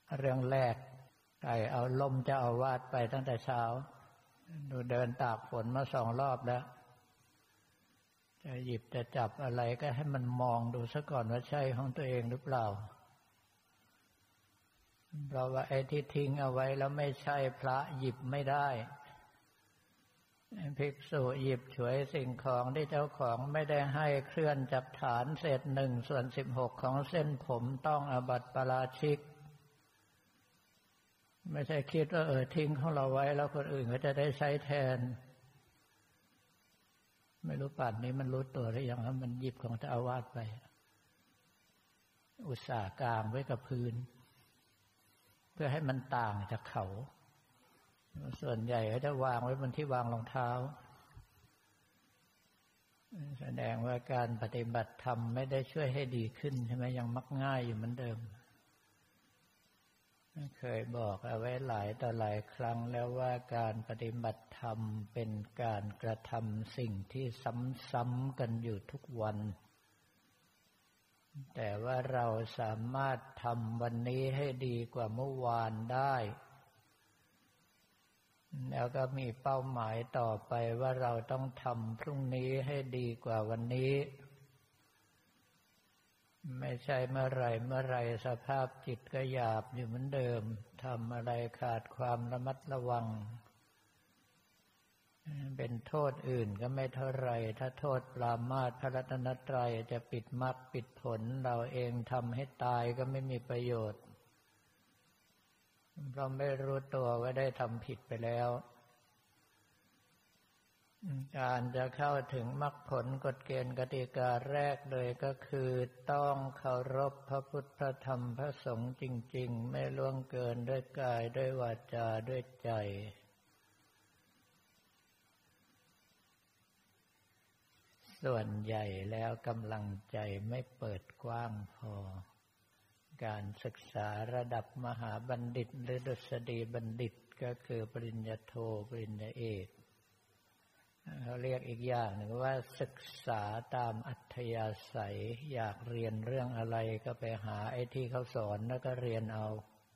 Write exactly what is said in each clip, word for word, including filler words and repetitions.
เรื่องแรกใครเอาล่มเจ้าอาวาสไปตั้งแต่เช้าดูเดินตากฝนมาสองรอบแล้วจะหยิบจะจับอะไรก็ให้มันมองดูซะก่อนว่าใช่ของตัวเองหรือเปล่าเพราะว่าไอ้ที่ทิ้งเอาไว้แล้วไม่ใช่พระหยิบไม่ได้ภิกษุหยิบฉวยสิ่งของที่เจ้าของไม่ได้ให้เคลื่อนจากฐานเศษหนึ่งส่วนสิบหกของเส้นผมต้องอาบัติปาราชิกไม่ใช่คิดว่าเออทิ้งของเราไว้แล้วคนอื่นก็จะได้ใช้แทนไม่รู้ป่านนี้มันรู้ตัวหรือยังว่ามันหยิบของเจ้าอาวาสไปอุตส่าห์กางไว้กับพื้นเพื่อให้มันต่างจากเขาส่วนใหญ่เขาจะวางไว้บนที่วางรองเท้าแสดงว่าการปฏิบัติธรรมไม่ได้ช่วยให้ดีขึ้นใช่ไหมยังมักง่ายอยู่เหมือนเดิมเคยบอกเอาไว้หลายต่อหลายครั้งแล้วว่าการปฏิบัติธรรมเป็นการกระทำสิ่งที่ซ้ำๆกันอยู่ทุกวันแต่ว่าเราสามารถทำวันนี้ให้ดีกว่าเมื่อวานได้แล้วก็มีเป้าหมายต่อไปว่าเราต้องทำพรุ่งนี้ให้ดีกว่าวันนี้ไม่ใช่เมื่อไรเมื่อไรสภาพจิตก็หยาบอยู่เหมือนเดิมทำอะไรขาดความระมัดระวังเป็นโทษอื่นก็ไม่เท่าไรถ้าโทษปรามาสพระรัตนตรัยจะปิดมรรคปิดผลเราเองทำให้ตายก็ไม่มีประโยชน์เพราะไม่รู้ตัวว่าได้ทำผิดไปแล้วการจะเข้าถึงมรรคผลกฎเกณฑ์กติกาแรกเลยก็คือต้องเคารพพระพุทธพระธรรมพระสงฆ์จริงๆไม่ล่วงเกินด้วยกายด้วยวาจาด้วยใจส่วนใหญ่แล้วกำลังใจไม่เปิดกว้างพอการศึกษาระดับมหาบัณฑิตหรือดุษฎีบัณฑิตก็คือปริญญาโทปริญญาเอกเขาเรียกอีกอย่างหนึ่งว่าศึกษาตามอัธยาศัยอยากเรียนเรื่องอะไรก็ไปหาไอ้ที่เขาสอนแล้วก็เรียนเอา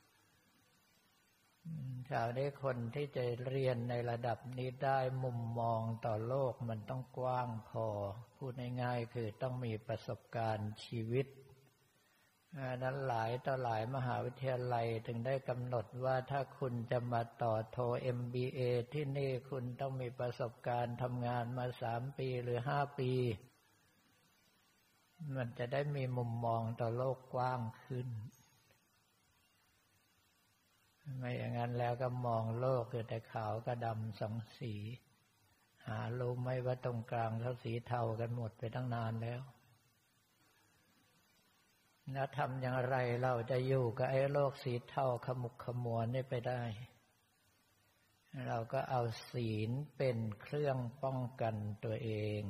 ชาวนี้คนที่จะเรียนในระดับนี้ได้มุมมองต่อโลกมันต้องกว้างพอพูดง่ายๆคือต้องมีประสบการณ์ชีวิตนั้นหลายต่อหลายมหาวิทยาลัยถึงได้กำหนดว่าถ้าคุณจะมาต่อโท เอ็ม บี เอ ที่นี่คุณต้องมีประสบการณ์ทำงานมาสามปีหรือห้าปีมันจะได้มีมุมมองต่อโลกกว้างขึ้นไม่อย่างนั้นแล้วก็มองโลกคือแต่ขาวกับดำสองสีหารู้ไหมว่าตรงกลางเขาสีเทากันหมดไปตั้งนานแล้วแล้วทำอย่างไรเราจะอยู่กับไอ้โลกสีเทาขมุกขมัวนี่ไปได้เราก็เอาศีลเป็นเครื่องป้องกันตัวเอง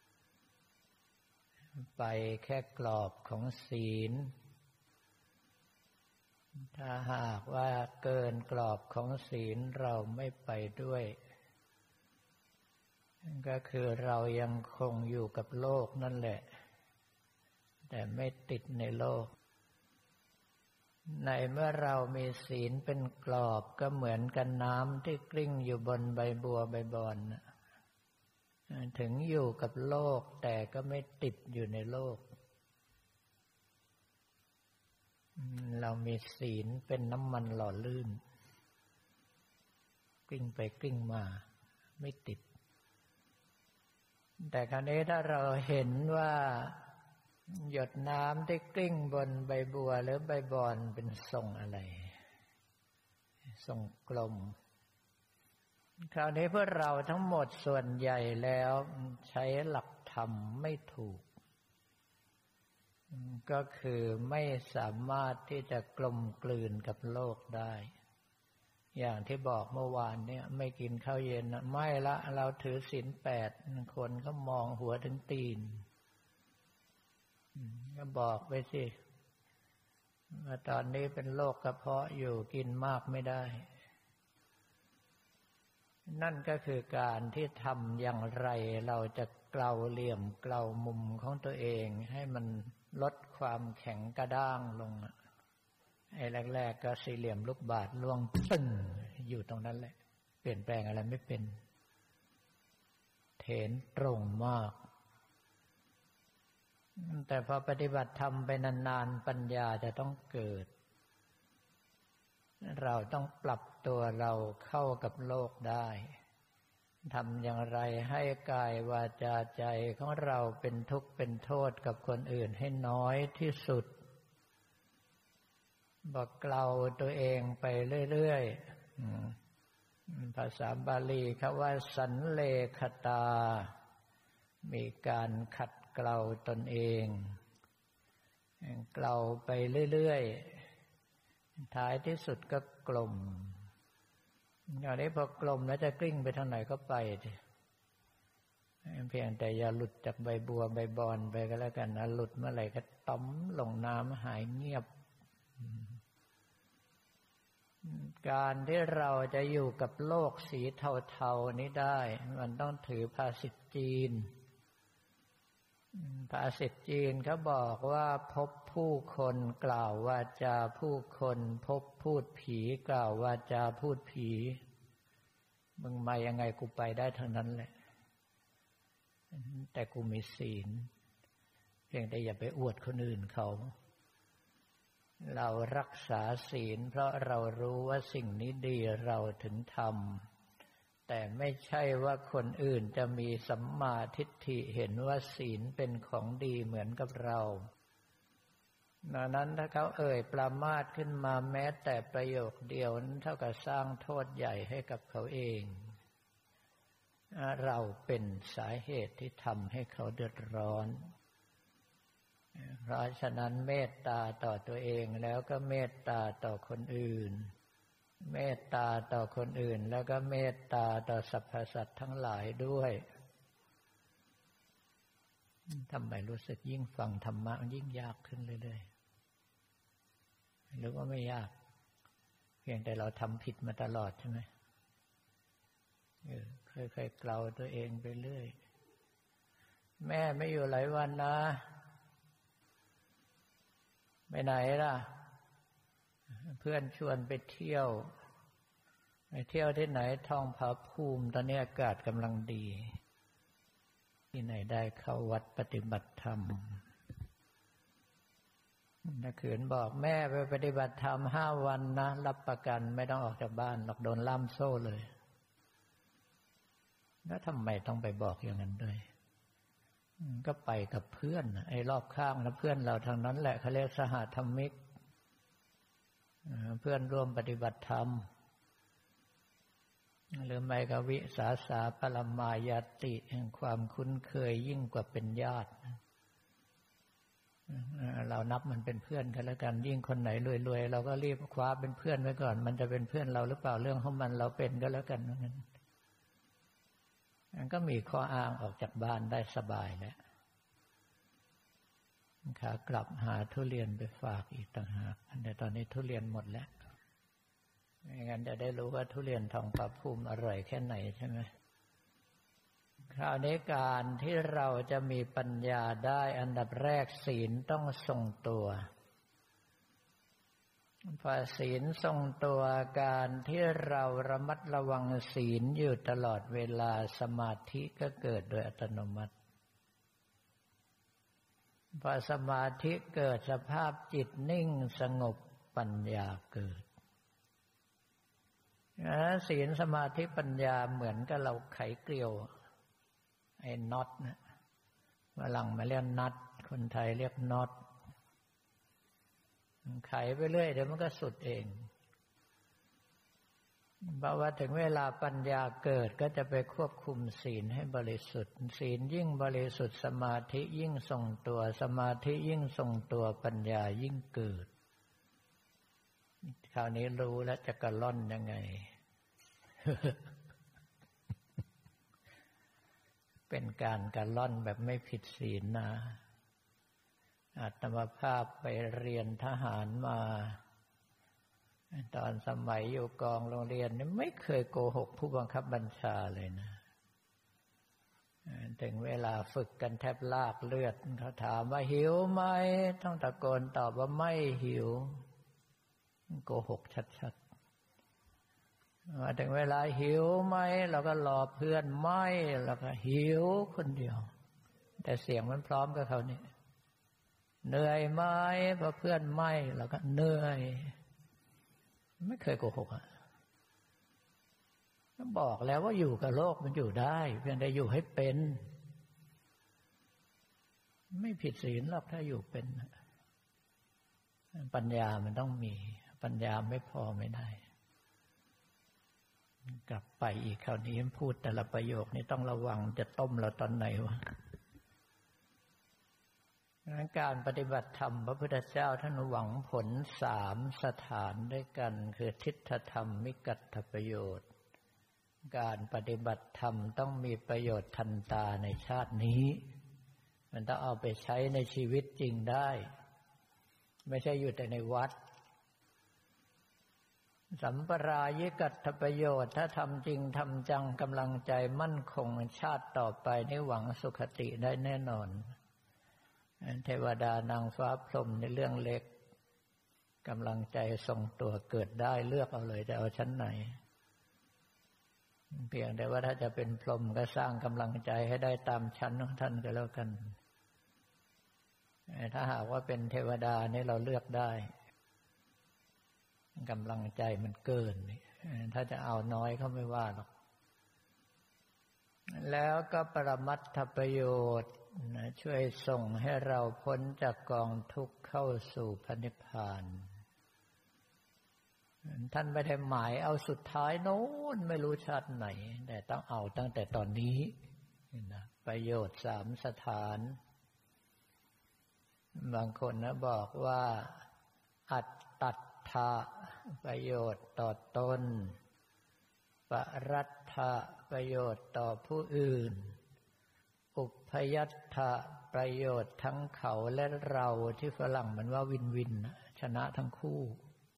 ไปแค่กรอบของศีลถ้าหากว่าเกินกรอบของศีลเราไม่ไปด้วยก็คือเรายังคงอยู่กับโลกนั่นแหละแต่ไม่ติดในโลกในเมื่อเรามีศีลเป็นกรอบก็เหมือนกันน้ำที่กลิ้งอยู่บนใบบัวใบบอนถึงอยู่กับโลกแต่ก็ไม่ติดอยู่ในโลกเรามีศีลเป็นน้ำมันหล่อลื่นกลิ้งไปกลิ้งมาไม่ติดแต่คราวนี้ถ้าเราเห็นว่าหยดน้ำที่กลิ้งบนใบบัวหรือใบบอนเป็นทรงอะไรทรงกลมคราวนี้พวกเราทั้งหมดส่วนใหญ่แล้วใช้หลักธรรมไม่ถูกก็คือไม่สามารถที่จะกลมกลืนกับโลกได้อย่างที่บอกเมื่อวานเนี่ยไม่กินข้าวเย็นไม่ละเราถือศีลแปดคนก็มองหัวถึงตีนก็บอกไปสิว่าตอนนี้เป็นโรคกระเพาะอยู่กินมากไม่ได้นั่นก็คือการที่ทำอย่างไรเราจะเกลาเหลี่ยมเกลามุมของตัวเองให้มันลดความแข็งกระด้างลงไอ้แรกๆก็สี่เหลี่ยมลูกบาศก์ล่วงตึ้งอยู่ตรงนั้นแหละเปลี่ยนแปลงอะไรไม่เป็นเถนตรงมากแต่พอปฏิบัติธรรมไปนานๆปัญญาจะต้องเกิดเราต้องปรับตัวเราเข้ากับโลกได้ทำอย่างไรให้กายวาจาใจของเราเป็นทุกข์เป็นโทษกับคนอื่นให้น้อยที่สุดบอกเกลาตัวเองไปเรื่อยๆภาษาบาลีคำว่าสันเลขตามีการขัดเกลาตนเองเกลาไปเรื่อยๆท้ายที่สุดก็กลมอย่างนี้พอกลมแล้วจะกลิ้งไปทางไหนก็ไปเพียงแต่อย่าหลุดจากใบบัวใบบอนไปก็แล้วกันนะหลุดเมื่อไหร่ก็ต้มลงน้ำหายเงียบการที่เราจะอยู่กับโลกสีเทาๆนี้ได้มันต้องถือภาษิตจีนภาษิตจีนเขาบอกว่าพบผู้คนกล่าววาจาผู้คนพบพูดผีกล่าววาจาพูดผีมึงมายังไงกูไปได้ทั้งนั้นแหละแต่กูมีศีลเพียงแต่อย่าไปอวดคนอื่นเขาเรารักษาศีลเพราะเรารู้ว่าสิ่งนี้ดีเราถึงทำแต่ไม่ใช่ว่าคนอื่นจะมีสัมมาทิฏฐิเห็นว่าศีลเป็นของดีเหมือนกับเราดังนั้นถ้าเขาเอ่ยปรามาสขึ้นมาแม้แต่ประโยคเดียวนั้นเท่ากับสร้างโทษใหญ่ให้กับเขาเองเราเป็นสาเหตุที่ทำให้เขาเดือดร้อนเพราะฉะนั้นเมตตาต่อตัวเองแล้วก็เมตตาต่อคนอื่นเมตตาต่อคนอื่นแล้วก็เมตตาต่อสรรพสัตว์ทั้งหลายด้วยทำไมรู้สึกยิ่งฟังธรรมะยิ่งยากขึ้นเรื่อยๆหรือว่าไม่ยากเพียงแต่เราทำผิดมาตลอดใช่ไหมเออค่อยๆเกลาตัวเองไปเรื่อยแม่ไม่อยู่หลายวันนะไปไหนล่ะเพื่อนชวนไปเที่ยวไปเที่ยวที่ไหนทองผาภูมิตอนนี้อากาศกำลังดีที่ไหนได้เข้าวัดปฏิบัติธรรมนักเขียนบอกแม่ไปปฏิบัติธรรมห้าวันนะรับประกันไม่ต้องออกจากบ้านหรอกโดนล่ามโซ่เลยแล้วทำไมต้องไปบอกอย่างนั้นด้วยก็ไปกับเพื่อนไอ้รอบข้างนะเพื่อนเราทางนั้นแหละเขาเรียกสหธรรมิกเพื่อนร่วมปฏิบัติธรรมหรือไม่ก็วิสาสาปรมายาติแห่งความคุ้นเคยยิ่งกว่าเป็นญาติเรานับมันเป็นเพื่อนกันแล้วกันยิ่งคนไหนรวยๆเราก็รีบคว้าเป็นเพื่อนไว้ก่อนมันจะเป็นเพื่อนเราหรือเปล่าเรื่องของมันเราเป็นก็แล้วกันนั้นมันก็มีข้ออ้างออกจากบ้านได้สบายแล้วขากลับหาทุเรียนไปฝากอีกต่างหากแต่ตอนนี้ทุเรียนหมดแล้วไม่งั้นจะได้รู้ว่าทุเรียนทองผาภูมิอร่อยแค่ไหนใช่ไหมคราวนี้การที่เราจะมีปัญญาได้อันดับแรกศีลต้องทรงตัวพอศีลทรงตัวการที่เราระมัดระวังศีลอยู่ตลอดเวลาสมาธิก็เกิดโดยอัตโนมัติพอสมาธิเกิดสภาพจิตนิ่งสงบปัญญาเกิดศีลสมาธิปัญญาเหมือนกับเราไขเกลียวไอ้น็อตนะฝรั่งมาเรียกน็อตคนไทยเรียกน็อตไขไปเรื่อยเดี๋ยวมันก็สุดเองเพราะว่าถึงเวลาปัญญาเกิดก็จะไปควบคุมศีลให้บริสุทธิ์ศีลยิ่งบริสุทธิ์สมาธิยิ่งทรงตัวสมาธิยิ่งทรงตัวปัญญายิ่งเกิดคราวนี้รู้แล้วจะกระล่อนยังไง เป็นการกระล่อนแบบไม่ผิดศีลนะอาตมาภาพไปเรียนทหารมาตอนสมัยอยู่กองโรงเรียนนี่ไม่เคยโกหกผู้บังคับบัญชาเลยนะถึงเวลาฝึกกันแทบลากเลือดเขาถามว่าหิวไหมต้องตะโกนตอบว่าไม่หิวโกหกชัดๆมาถึงเวลาหิวไหมเราก็รอเพื่อนไหมแล้วก็หิวคนเดียวแต่เสียงมันพร้อมกับเขาเนี่ยเหนื่อยไหมพอเพื่อนไหมเราก็เหนื่อยไม่เคยโกหกอ่ะบอกแล้วว่าอยู่กับโลกมันอยู่ได้เพียงแต่อยู่ให้เป็นไม่ผิดศีลหรอกถ้าอยู่เป็นปัญญามันต้องมีปัญญาไม่พอไม่ได้กลับไปอีกคราวนี้พูดแต่ละประโยคนี้ต้องระวังจะต้มเราตอนไหนวะการปฏิบัติธรรมพระพุทธเจ้าท่านหวังผลสามสถานด้วยกันคือทิฏฐธรรมมิกัตถประโยชน์การปฏิบัติธรรมต้องมีประโยชน์ทันตาในชาตินี้มันต้องเอาไปใช้ในชีวิตจริงได้ไม่ใช่อยู่แต่ในวัดสัมปรายิกัตถประโยชน์ถ้าทำจริงทำจังกำลังใจมั่นคงชาติต่อไปนี่หวังสุขติได้แน่นอนเทวดานางฟ้าพรหมในเรื่องเล็กกำลังใจทรงตัวเกิดได้เลือกเอาเลยจะเอาชั้นไหนเพียงแต่ว่าถ้าจะเป็นพรหมก็สร้างกำลังใจให้ได้ตามชั้นของท่านก็แล้วกันถ้าหากว่าเป็นเทวดานี่เราเลือกได้กำลังใจมันเกินถ้าจะเอาน้อยเขาไม่ว่าหรอกแล้วก็ปรมัตถประโยชน์ช่วยส่งให้เราพ้นจากกองทุกข์เข้าสู่พระนิพพานท่านไม่ได้หมายเอาสุดท้ายโน้นไม่รู้ชาติไหนแต่ต้องเอาตั้งแต่ตอนนี้นะประโยชน์สามสถานบางคนนะบอกว่าอัตตัตถะประโยชน์ต่อตนปรัตถะประโยชน์ต่อผู้อื่นอุพยัตถะประโยชน์ทั้งเขาและเราที่ฝรั่งมันว่าวินวินชนะทั้งคู่